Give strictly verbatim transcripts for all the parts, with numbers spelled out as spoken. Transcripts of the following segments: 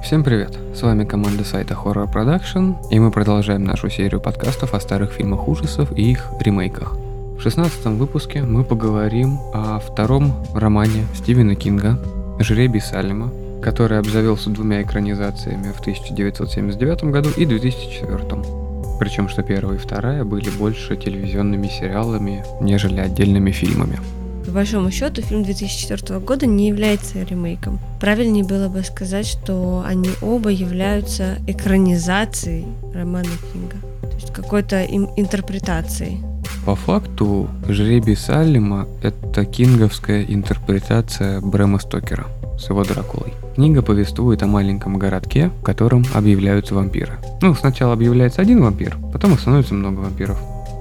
Всем привет! С вами команда сайта Horror Production, и мы продолжаем нашу серию подкастов о старых фильмах ужасов и их ремейках. В шестнадцатом выпуске мы поговорим о втором романе Стивена Кинга «Жребий Салема», который обзавелся двумя экранизациями в тысяча девятьсот семьдесят девятом году и две тысячи четвёртом. Причем что первая и вторая были больше телевизионными сериалами, нежели отдельными фильмами. По большому счету, фильм две тысячи четвёртого года не является ремейком. Правильнее было бы сказать, что они оба являются экранизацией романа Кинга, то есть какой-то им интерпретацией. По факту, «Жребий Салема» — это кинговская интерпретация Брэма Стокера с его Дракулой. Книга повествует о маленьком городке, в котором объявляются вампиры. Ну, сначала объявляется один вампир, потом их становится много вампиров.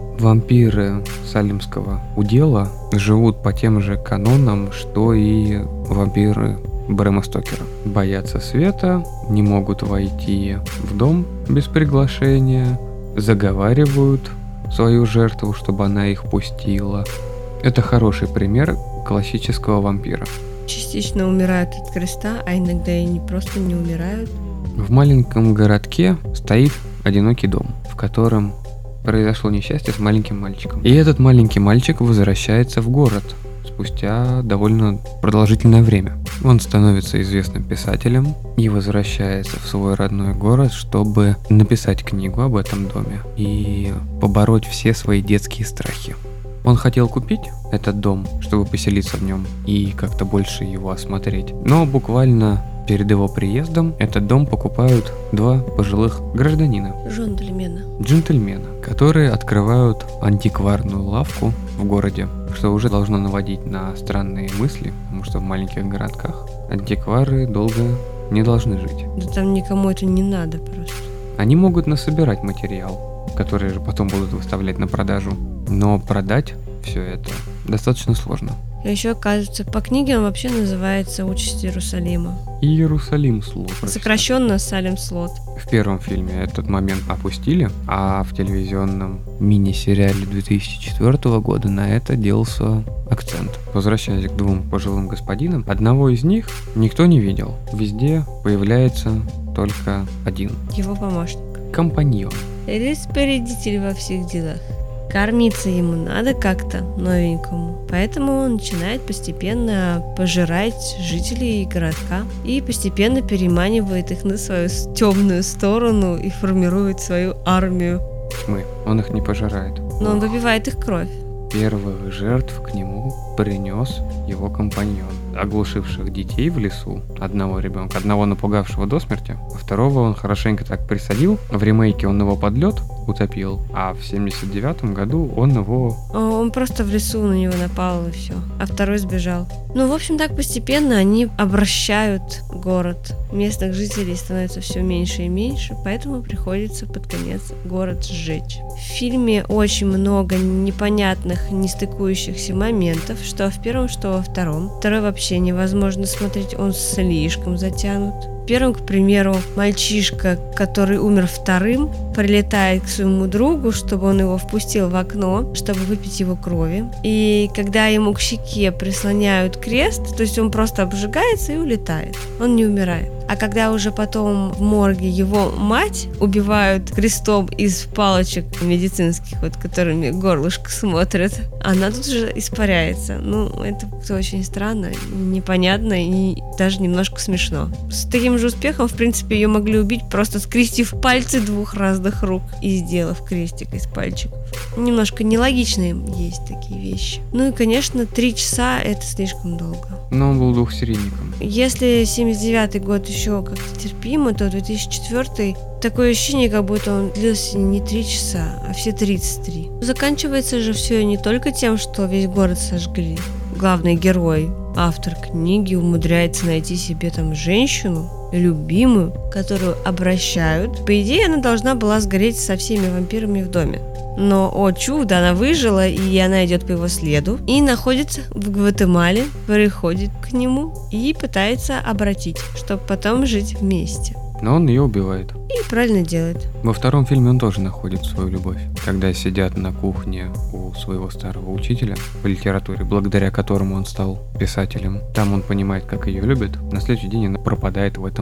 Вампиры салемского удела живут по тем же канонам, что и вампиры Брэма Стокера. Боятся света, не могут войти в дом без приглашения, заговаривают свою жертву, чтобы она их пустила. Это хороший пример классического вампира. Частично умирают от креста, а иногда и не просто не умирают. В маленьком городке стоит одинокий дом, в котором произошло несчастье с маленьким мальчиком. И этот маленький мальчик возвращается в город спустя довольно продолжительное время. Он становится известным писателем и возвращается в свой родной город, чтобы написать книгу об этом доме и побороть все свои детские страхи. Он хотел купить этот дом, чтобы поселиться в нем и как-то больше его осмотреть. Но буквально перед его приездом этот дом покупают два пожилых гражданина. Джентльмена. Джентльмена, которые открывают антикварную лавку в городе, что уже должно наводить на странные мысли, потому что в маленьких городках антиквары долго не должны жить. Да там никому это не надо просто. Они могут насобирать материал, который же потом будут выставлять на продажу, но продать все это достаточно сложно. А еще, оказывается, по книге он вообще называется «Участь Иерусалима». Иерусалим слот. Сокращенно «Салем слот». В первом фильме этот момент опустили, а в телевизионном мини-сериале две тысячи четвёртого года на это делался акцент. Возвращаясь к двум пожилым господинам, одного из них никто не видел. Везде появляется только один. Его помощник. Компаньон. Распорядитель во всех делах. Кормиться ему надо как-то новенькому, поэтому он начинает постепенно пожирать жителей городка и постепенно переманивает их на свою темную сторону и формирует свою армию. Тьмы. Он их не пожирает. Но он выпивает их кровь. Первых жертв к нему принес его компаньон, оглушивших детей в лесу, одного ребенка, одного напугавшего до смерти, а второго он хорошенько так присадил. В ремейке он его под лед утопил, а в семьдесят девятом году он его... Он просто в лесу на него напал и все, а второй сбежал. Ну, в общем, так постепенно они обращают город. Местных жителей становится все меньше и меньше, поэтому приходится под конец город сжечь. В фильме очень много непонятных, нестыкующихся моментов, что в первом, что во втором. Второй вообще невозможно смотреть, он слишком затянут. В первом, к примеру, мальчишка, который умер вторым, прилетает к своему другу, чтобы он его впустил в окно, чтобы выпить его крови. И когда ему к щеке прислоняют крест, то есть он просто обжигается и улетает. Он не умирает. А когда уже потом в морге его мать убивают крестом из палочек медицинских, вот которыми горлышко смотрят, она тут же испаряется. Ну, это как-то очень странно, непонятно и даже немножко смешно. С таким же успехом, в принципе, ее могли убить, просто скрестив пальцы двух разных рук и сделав крестик из пальчиков. Немножко нелогичные есть такие вещи. Ну и, конечно, три часа — это слишком долго. Но он был двухсерийником. Если семьдесят девятый год еще как-то терпимо, то две тысячи четвёртый такое ощущение, как будто он длился не три часа, а все тридцать три. Заканчивается же все не только тем, что весь город сожгли. Главный герой, автор книги, умудряется найти себе там женщину, любимую, которую обращают. По идее, она должна была сгореть со всеми вампирами в доме. Но, о чудо, она выжила, и она идет по его следу и находится в Гватемале, приходит к нему и пытается обратить, чтобы потом жить вместе. Но он ее убивает. И правильно делает. Во втором фильме он тоже находит свою любовь. Когда сидят на кухне у своего старого учителя по литературе, благодаря которому он стал писателем, там он понимает, как ее любит. На следующий день она пропадает в этом доме.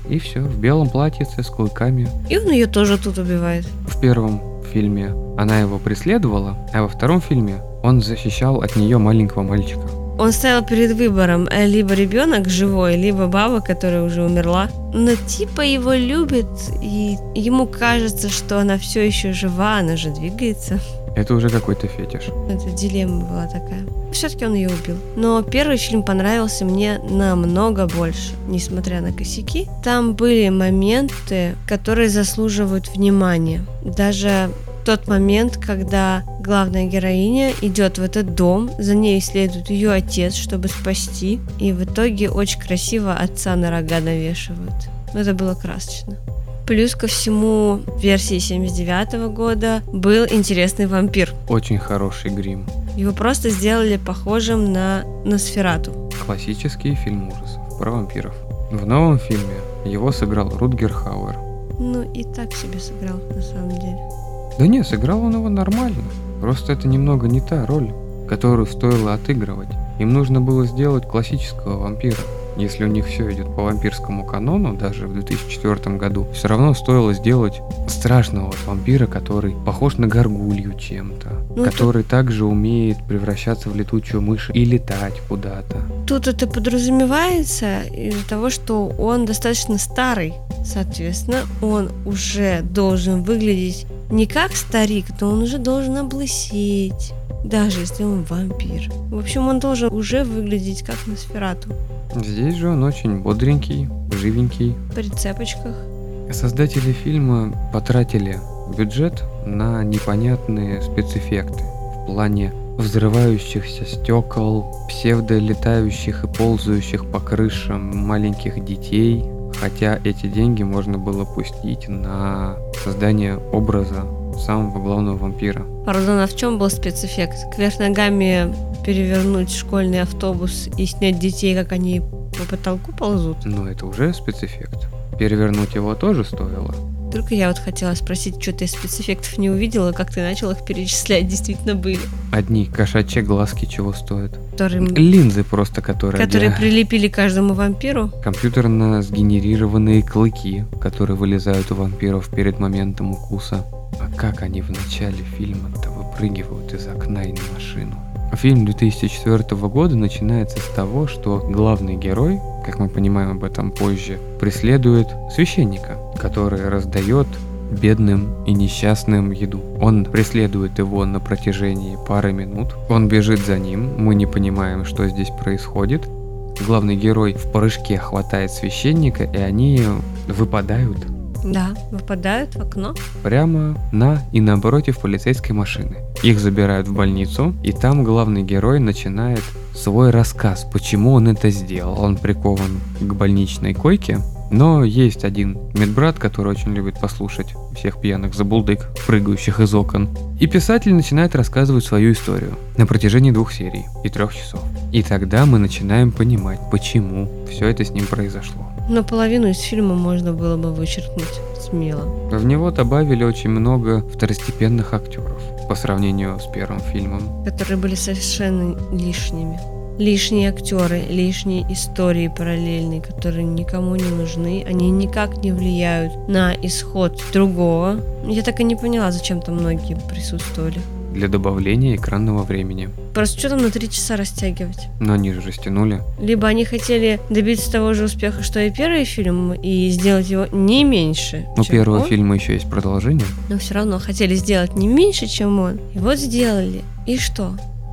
И все, в белом платьице с клыками. И он ее тоже тут убивает. В первом фильме она его преследовала, а во втором фильме он защищал от нее маленького мальчика. Он стоял перед выбором, либо ребенок живой, либо баба, которая уже умерла. Но типа его любит, и ему кажется, что она все еще жива, она же двигается. Это уже какой-то фетиш. Это дилемма была такая. Все-таки он ее убил. Но первый фильм понравился мне намного больше, несмотря на косяки. Там были моменты, которые заслуживают внимания. Даже тот момент, когда главная героиня идет в этот дом, за ней следует ее отец, чтобы спасти, и в итоге очень красиво отца на рога навешивают. Это было красочно. Плюс ко всему, в версии семьдесят девятого года был интересный вампир. Очень хороший грим. Его просто сделали похожим на Носферату. Классический фильм ужасов про вампиров. В новом фильме его сыграл Рутгер Хауэр. Ну и так себе сыграл, на самом деле. Да не, сыграл он его нормально. Просто это немного не та роль, которую стоило отыгрывать. Им нужно было сделать классического вампира. Если у них все идет по вампирскому канону, даже в две тысячи четвёртом году, все равно стоило сделать страшного вот вампира, который похож на горгулью чем-то, ну, который тут... также умеет превращаться в летучую мышь и летать куда-то. Тут это подразумевается из-за того, что он достаточно старый. Соответственно, он уже должен выглядеть не как старик, но он уже должен облысеть, даже если он вампир. В общем, он должен уже выглядеть как Носферату. Здесь же он очень бодренький, живенький. При цепочках. Создатели фильма потратили бюджет на непонятные спецэффекты в плане взрывающихся стекол, псевдолетающих и ползающих по крышам маленьких детей, хотя эти деньги можно было пустить на создание образа самого главного вампира. Пардон, а в чем был спецэффект? Кверх ногами перевернуть школьный автобус и снять детей, как они по потолку ползут? Ну, это уже спецэффект. Перевернуть его тоже стоило. Только я вот хотела спросить, что ты спецэффектов не увидела, как ты начал их перечислять, действительно были. Одни кошачьи глазки чего стоят? Которые... Линзы просто, которые... Которые для... прилепили каждому вампиру? Компьютерно сгенерированные клыки, которые вылезают у вампиров перед моментом укуса. А как они в начале фильма-то выпрыгивают из окна и на машину? Фильм две тысячи четвёртого года начинается с того, что главный герой, как мы понимаем об этом позже, преследует священника, который раздает бедным и несчастным еду. Он преследует его на протяжении пары минут. Он бежит за ним, мы не понимаем, что здесь происходит. Главный герой в прыжке хватает священника, и они выпадают. Да, выпадают в окно. Прямо на и напротив полицейской машины. Их забирают в больницу, и там главный герой начинает свой рассказ, почему он это сделал. Он прикован к больничной койке, но есть один медбрат, который очень любит послушать всех пьяных забулдык, прыгающих из окон. И писатель начинает рассказывать свою историю на протяжении двух серий и трех часов. И тогда мы начинаем понимать, почему все это с ним произошло. Но половину из фильма можно было бы вычеркнуть смело. В него добавили очень много второстепенных актеров по сравнению с первым фильмом, которые были совершенно лишними. Лишние актеры, лишние истории параллельные, которые никому не нужны, они никак не влияют на исход другого. Я так и не поняла, зачем там многие присутствовали. Для добавления экранного времени. Просто что там на три часа растягивать? Но они же растянули. Либо они хотели добиться того же успеха, что и первый фильм, и сделать его не меньше. У первого он. фильма еще есть продолжение. Но все равно хотели сделать не меньше, чем он. И вот сделали. И что?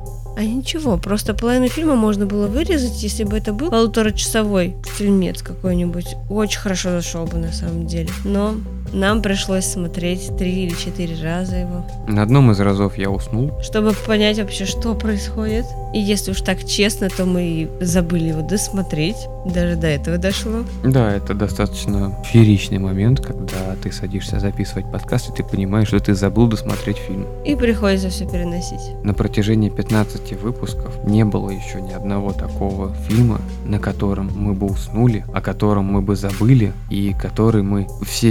А ничего, просто половину фильма можно было вырезать, если бы это был полуторачасовой фильмец какой-нибудь. Очень хорошо зашел бы на самом деле. Но нам пришлось смотреть три или четыре раза его. На одном из разов я уснул. Чтобы понять вообще, что происходит. И если уж так честно, то мы и забыли его досмотреть. Даже до этого дошло. Да, это достаточно фееричный момент, когда ты садишься записывать подкаст, и ты понимаешь, что ты забыл досмотреть фильм. И приходится все переносить. На протяжении пятнадцати выпусков не было еще ни одного такого фильма, на котором мы бы уснули, о котором мы бы забыли, и который мы всеми силами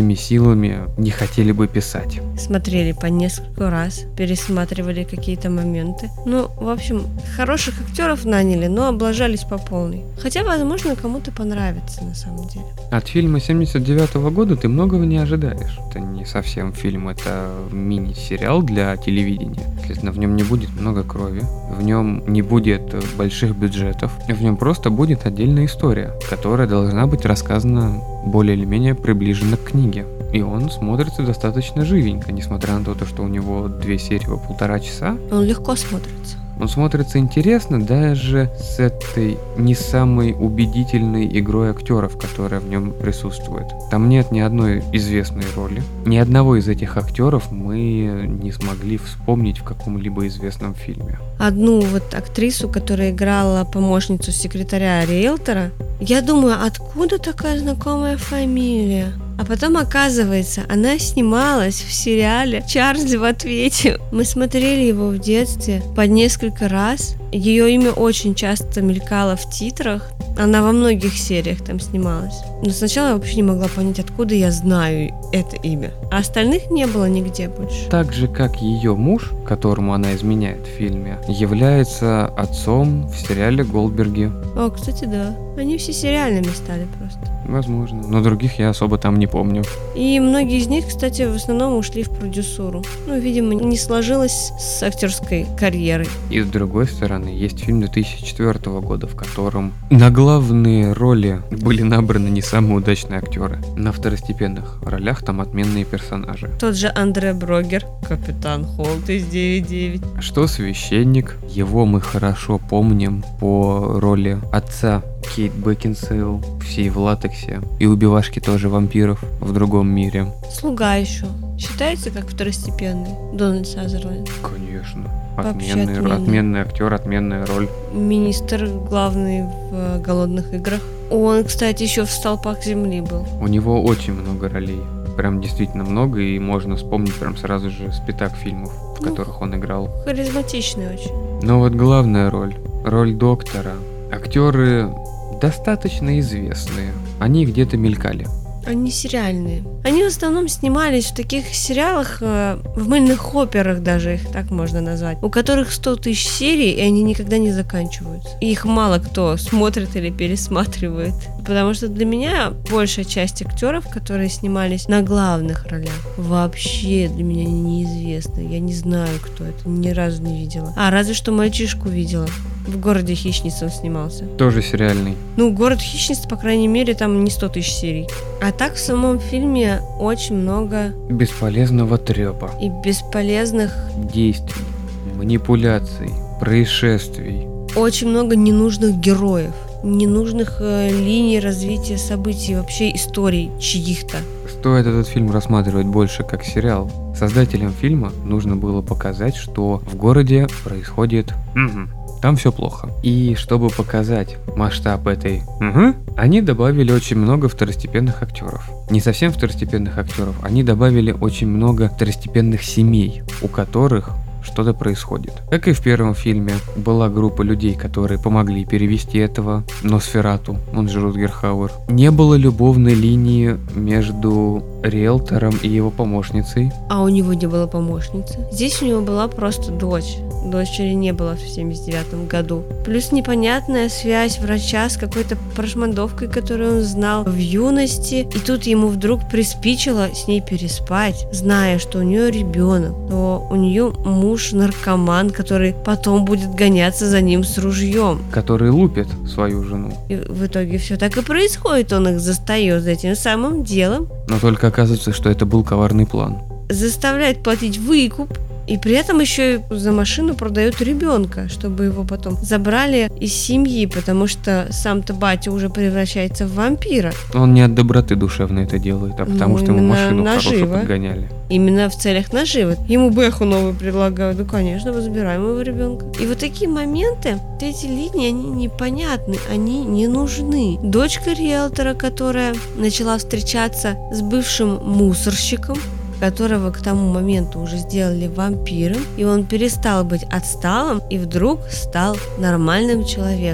силами не хотели бы писать. Смотрели по несколько раз, пересматривали какие-то моменты. Ну, в общем, хороших актеров наняли, но облажались по полной. Хотя, возможно, кому-то понравится на самом деле. От фильма семьдесят девятого года ты многого не ожидаешь. Это не совсем фильм, это мини-сериал для телевидения. Следовательно, в нем не будет много крови, в нем не будет больших бюджетов, в нем просто будет отдельная история, которая должна быть рассказана более или менее приближенно к книге. И он смотрится достаточно живенько, несмотря на то, что у него две серии по полтора часа. Он легко смотрится. Он смотрится интересно даже с этой не самой убедительной игрой актеров, которая в нем присутствует. Там нет ни одной известной роли. Ни одного из этих актеров мы не смогли вспомнить в каком-либо известном фильме. Одну вот актрису, которая играла помощницу секретаря риэлтора, я думаю, откуда такая знакомая фамилия? А потом, оказывается, она снималась в сериале «Чарльз в ответе». Мы смотрели его в детстве по несколько раз. Ее имя очень часто мелькало в титрах. Она во многих сериях там снималась. Но сначала я вообще не могла понять, откуда я знаю это имя. А остальных не было нигде больше. Так же, как ее муж, которому она изменяет в фильме, является отцом в сериале «Голдберги». О, кстати, да. Они все сериальными стали просто. Возможно, но других я особо там не помню. И многие из них, кстати, в основном ушли в продюсуру. Ну, видимо, не сложилось с актерской карьерой. И с другой стороны, есть фильм две тысячи четвёртого года, в котором на главные роли были набраны не самые удачные актеры. На второстепенных ролях там отменные персонажи. Тот же Андре Брогер, капитан Холт из девять девять. Что священник, его мы хорошо помним по роли отца Кейт Бекинсейл, всей в латексе, и убивашки тоже вампиров в другом мире. Слуга еще. Считается как второстепенный? Дональд Сазерленд. Конечно. Вообще Отменный, отменный. отменный актер, отменная роль. Министр главный в «Голодных играх». Он, кстати, еще в «Столпах земли» был. У него очень много ролей. Прям действительно много, и можно вспомнить прям сразу же спектакль фильмов, в Ну, которых он играл. Харизматичный очень. Но вот главная роль, роль доктора. Актеры достаточно известные. Они где-то мелькали. Они сериальные. Они в основном снимались в таких сериалах, э, в мыльных операх даже их так можно назвать, у которых сто тысяч серий, и они никогда не заканчиваются. И их мало кто смотрит или пересматривает. Потому что для меня большая часть актеров, которые снимались на главных ролях, вообще для меня неизвестны. Я не знаю, кто это, ни разу не видела. А, разве что мальчишку видела. В «Городе хищниц» он снимался. Тоже сериальный. Ну, «Город хищниц», по крайней мере, там не сто тысяч серий. А так в самом фильме очень много Бесполезного трёпа. и бесполезных, Действий, манипуляций, происшествий. очень много ненужных героев, ненужных э, линий развития событий, вообще историй чьих-то. Стоит этот фильм рассматривать больше как сериал. Создателям фильма нужно было показать, что в городе происходит «Угу». Там все плохо. И чтобы показать масштаб этой «Угу», они добавили очень много второстепенных актеров. Не совсем второстепенных актеров, они добавили очень много второстепенных семей, у которых что-то происходит. Как и в первом фильме, была группа людей, которые помогли перевести этого Носферату, он же Рутгер Хауэр. Не было любовной линии между риэлтором и его помощницей. А у него не было помощницы. Здесь у него была просто дочь. Дочери не было в семьдесят девятом году. Плюс непонятная связь врача с какой-то прошмандовкой, которую он знал в юности. И тут ему вдруг приспичило с ней переспать, зная, что у нее ребенок, то у нее муж наркоман, который потом будет гоняться за ним с ружьем. Который лупит свою жену. И в итоге все так и происходит. Он их застает за этим самым делом, Но только оказывается, что это был коварный план. заставляет платить выкуп, и при этом еще и за машину продает ребенка, чтобы его потом забрали из семьи, потому что сам-то батя уже превращается в вампира. Он не от доброты душевно это делает, а потому Ну, что ему именно машину хорошую наживо. подгоняли. Именно в целях наживы. Ему бэху новую предлагают. Ну, конечно, мы забираем его ребенка. И вот такие моменты, эти линии, они непонятны, они не нужны. Дочка риэлтора, которая начала встречаться с бывшим мусорщиком, которого к тому моменту уже сделали вампиром, и он перестал быть отсталым и вдруг стал нормальным человеком.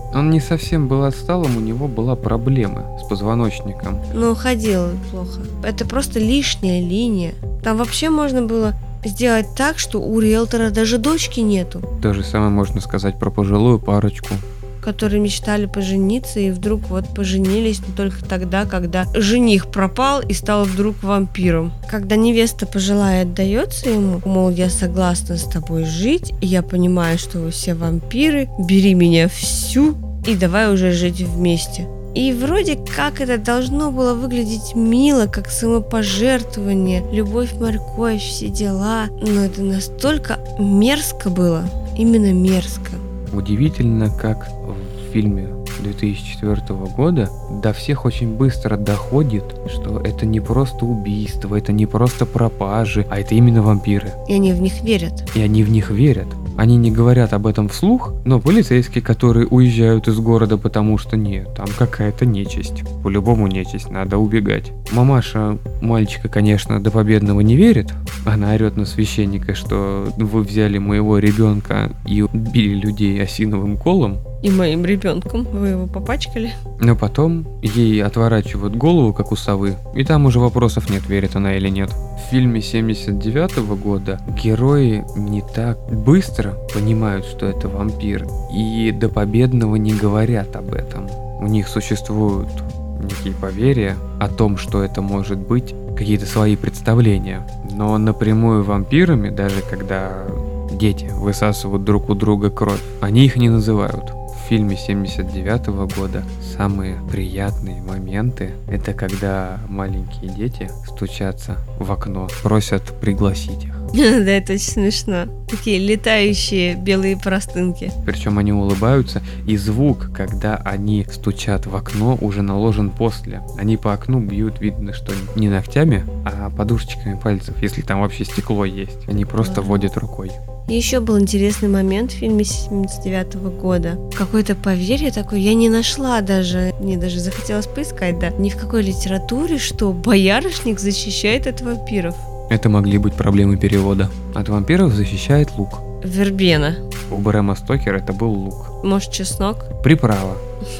Он не совсем был отсталым, у него была проблема с позвоночником. Но ходил он плохо. Это просто лишняя линия. Там вообще можно было сделать так, что у риэлтора даже дочки нету. То же самое можно сказать про пожилую парочку, которые мечтали пожениться и вдруг вот поженились, но только тогда, когда жених пропал и стал вдруг вампиром. Когда невеста пожилая отдается ему, мол, я согласна с тобой жить, и я понимаю, что вы все вампиры, бери меня всю и давай уже жить вместе. И вроде как это должно было выглядеть мило, как самопожертвование, любовь, морковь, все дела, но это настолько мерзко было, именно мерзко. Удивительно, как в фильме две тысячи четвёртого года до всех очень быстро доходит, что это не просто убийство, это не просто пропажи, а это именно вампиры. И они в них верят. И они в них верят. Они не говорят об этом вслух, но полицейские, которые уезжают из города, потому что нет, там какая-то нечисть. По-любому нечисть, надо убегать. Мамаша мальчика, конечно, до победного не верит. Она орет на священника, что вы взяли моего ребенка и убили людей осиновым колом. И моим ребенком. Вы его попачкали? Но потом ей отворачивают голову, как у совы, и там уже вопросов нет, верит она или нет. В фильме семьдесят девятого года герои не так быстро понимают, что это вампир, и до победного не говорят об этом. У них существуют некие поверья о том, что это может быть, какие-то свои представления. Но напрямую вампирами, даже когда дети высасывают друг у друга кровь, они их не называют. В фильме семьдесят девятого года самые приятные моменты — это когда маленькие дети стучатся в окно, просят пригласить их. Да, это очень смешно. Такие летающие белые простынки. Причем они улыбаются, и звук, когда они стучат в окно, уже наложен после. Они по окну бьют, видно, что не ногтями, а подушечками пальцев, если там вообще стекло есть. Они просто Да. водят рукой. И еще был интересный момент в фильме семьдесят девятого года. Какое-то поверье такое я не нашла даже. Мне даже захотелось поискать, да. Ни в какой литературе, что боярышник защищает от вампиров. Это могли быть проблемы перевода. От вампиров защищает лук. Вербена. У Брэма Стокера это был лук. Может, чеснок? Приправа.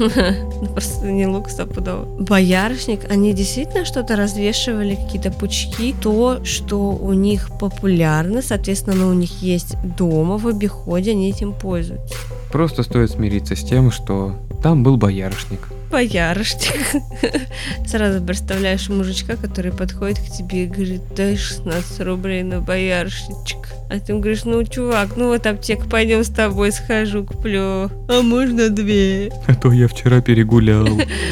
Ну, просто не лук стопудово. Боярышник, они действительно что-то развешивали, какие-то пучки, то, что у них популярно, соответственно, оно у них есть дома, в обиходе, они этим пользуются. Просто стоит смириться с тем, что там был боярышник. Боярышник. Сразу представляешь мужичка, который подходит к тебе и говорит: дай шестнадцать рублей на боярышничек. А ты ему говоришь: ну, чувак, ну вот аптека, пойдем с тобой схожу, куплю. А можно две? А то я вчера перегулял.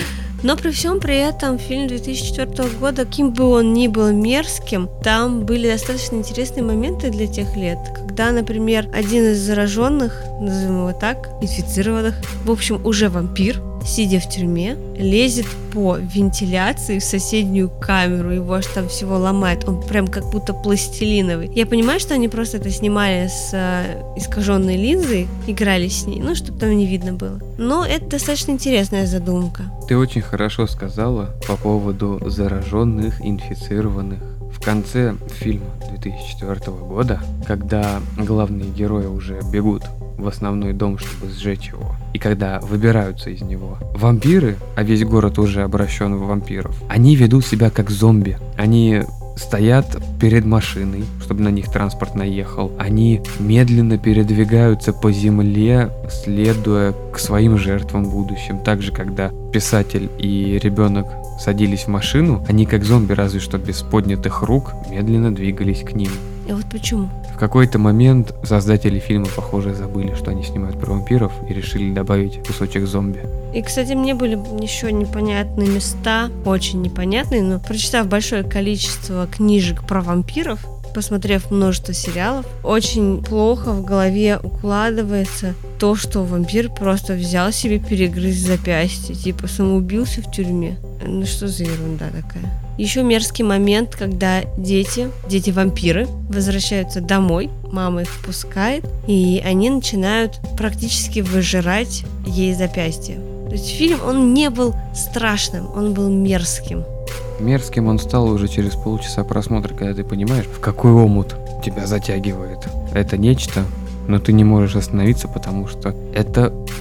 Но при всем при этом фильм две тысячи четвёртого года, каким бы он ни был мерзким, там были достаточно интересные моменты для тех лет, когда, например, один из зараженных, назовем его так, инфицированных, в общем, уже вампир, сидя в тюрьме, лезет по вентиляции в соседнюю камеру, его аж там всего ломает, он прям как будто пластилиновый. Я понимаю, что они просто это снимали с э, искаженной линзой, играли с ней, ну, чтобы там не видно было. Но это достаточно интересная задумка. Ты очень хорошо сказала по поводу зараженных, инфицированных. В конце фильма две тысячи четвёртого года, когда главные герои уже бегут в основной дом, чтобы сжечь его, и когда выбираются из него вампиры, а весь город уже обращен в вампиров, они ведут себя как зомби. Они стоят перед машиной, чтобы на них транспорт наехал. Они медленно передвигаются по земле, следуя к своим жертвам в будущем. Также, когда писатель и ребенок садились в машину, они как зомби, разве что без поднятых рук, медленно двигались к ним. И вот почему? В какой-то момент создатели фильма, похоже, забыли, что они снимают про вампиров, и решили добавить кусочек зомби. И, кстати, мне были еще непонятные места, очень непонятные, но прочитав большое количество книжек про вампиров, посмотрев множество сериалов, очень плохо в голове укладывается то, что вампир просто взял себе, перегрыз запястье, типа самоубился в тюрьме. Ну что за ерунда такая? Еще мерзкий момент, когда дети, дети-вампиры, возвращаются домой, мама их впускает, и они начинают практически выжирать ей запястье. То есть фильм, он не был страшным, он был мерзким. Мерзким он стал уже через полчаса просмотра, когда ты понимаешь, в какой омут тебя затягивает. Это нечто, но ты не можешь остановиться, потому что это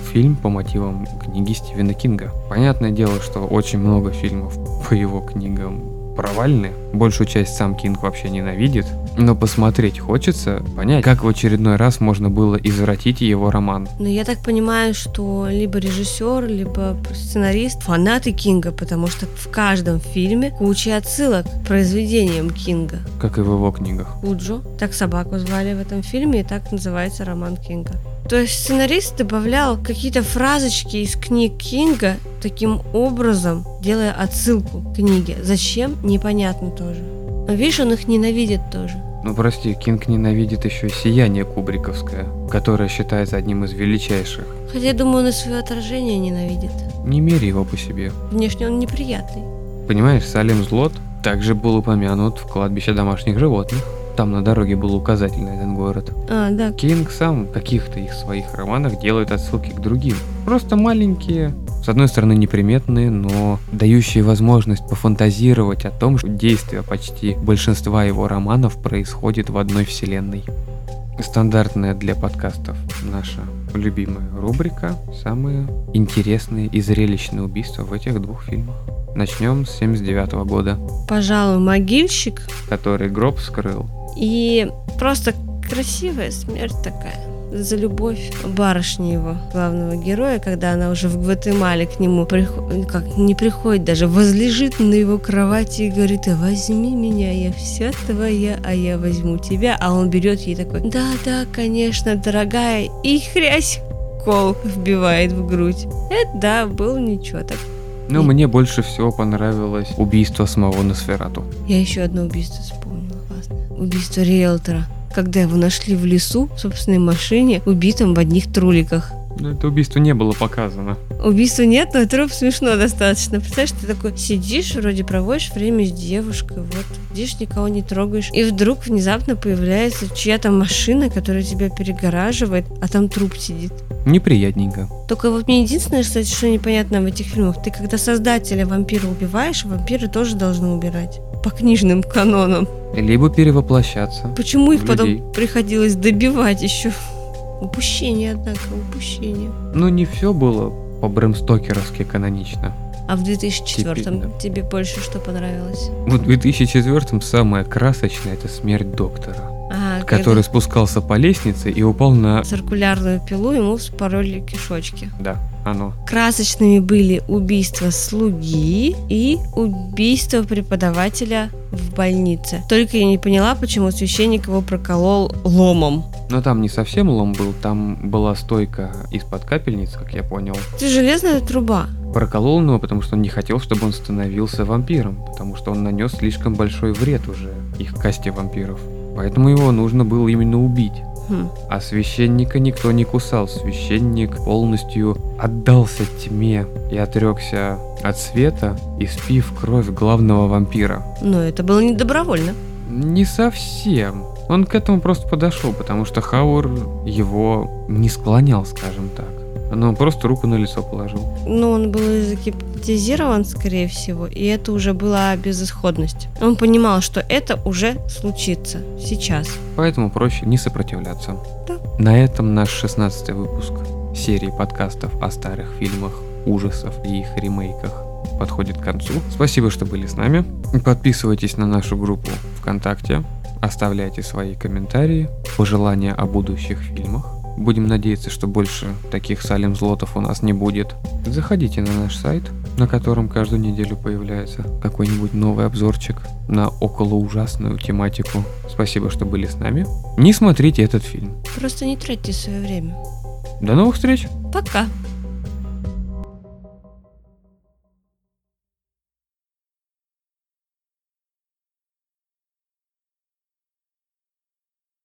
фильм по мотивам книги Стивена Кинга. Понятное дело, что очень много фильмов по его книгам провальны. Большую часть сам Кинг вообще ненавидит. Но посмотреть хочется, понять, как в очередной раз можно было извратить его роман. Но я так понимаю, что либо режиссер, либо сценарист фанаты Кинга, потому что в каждом фильме куча отсылок к произведениям Кинга. Как и в его книгах. Куджо. Так собаку звали в этом фильме, и так называется роман Кинга. То есть сценарист добавлял какие-то фразочки из книг Кинга, таким образом делая отсылку к книге. Зачем? Непонятно тоже. Но видишь, он их ненавидит тоже. Ну прости, Кинг ненавидит еще и «Сияние» кубриковское, которое считается одним из величайших. Хотя, я думаю, он и свое отражение ненавидит. Не мери его по себе. Внешне он неприятный. Понимаешь, Салем Злот также был упомянут в «Кладбище домашних животных». Там на дороге был указатель на этот город. А, да. Кинг сам в каких-то их своих романах делает отсылки к другим. Просто маленькие, с одной стороны неприметные, но дающие возможность пофантазировать о том, что действие почти большинства его романов происходит в одной вселенной. Стандартная для подкастов наша любимая рубрика «Самые интересные и зрелищные убийства в этих двух фильмах». Начнем с семьдесят девятого года. Пожалуй, «Могильщик». Который гроб вскрыл. И просто красивая смерть такая. За любовь барышни его, главного героя, когда она уже в Гватемале к нему приходит, как не приходит даже, возлежит на его кровати и говорит: возьми меня, я вся твоя, а я возьму тебя. А он берет ей такой: да-да, конечно, дорогая, и хрясь, кол вбивает в грудь. Это да, был ничего так. Но и... мне больше всего понравилось убийство самого Носферату. Я еще одно убийство вспомнила. Убийство риэлтора, когда его нашли в лесу в собственной машине, убитым в одних труликах. Но это убийство не было показано. Убийства нет, но труп смешно достаточно. Представляешь, ты такой сидишь, вроде проводишь время с девушкой, вот, сидишь, никого не трогаешь, и вдруг внезапно появляется чья-то машина, которая тебя перегораживает, а там труп сидит. Неприятненько. Только вот мне единственное, кстати, что непонятно в этих фильмах, ты когда создателя вампира убиваешь, вампиры тоже должны убирать. По книжным канонам. Либо перевоплощаться. Почему их людей. Потом приходилось добивать еще? Упущение, однако, упущение. Ну, не все было по-брэмстокеровски канонично. А в две тысячи четвёртом Теперь, да. тебе больше что понравилось? В две тысячи четвёртом самое красочное — это смерть доктора. Ага, который спускался по лестнице и упал на... циркулярную пилу, ему вспороли кишочки. Да, оно. Красочными были убийство слуги и убийство преподавателя в больнице. Только я не поняла, почему священник его проколол ломом. Но там не совсем лом был, там была стойка из-под капельницы, как я понял. Это железная труба. Проколол его, потому что он не хотел, чтобы он становился вампиром, потому что он нанес слишком большой вред уже их касте вампиров. Поэтому его нужно было именно убить. Хм. А священника никто не кусал. Священник полностью отдался тьме и отрекся от света, испив кровь главного вампира. Но это было не добровольно. Не совсем. Он к этому просто подошел, потому что Хауэр его не склонял, скажем так. Но он просто руку на лицо положил. Ну, он был загипнотизирован, скорее всего, и это уже была безысходность. Он понимал, что это уже случится сейчас. Поэтому проще не сопротивляться. Да. На этом наш шестнадцатый выпуск серии подкастов о старых фильмах, ужасов и их ремейках подходит к концу. Спасибо, что были с нами. Подписывайтесь на нашу группу ВКонтакте, оставляйте свои комментарии, пожелания о будущих фильмах. Будем надеяться, что больше таких Салем Злотов у нас не будет. Заходите на наш сайт, на котором каждую неделю появляется какой-нибудь новый обзорчик на околоужасную тематику. Спасибо, что были с нами. Не смотрите этот фильм. Просто не тратьте свое время. До новых встреч! Пока!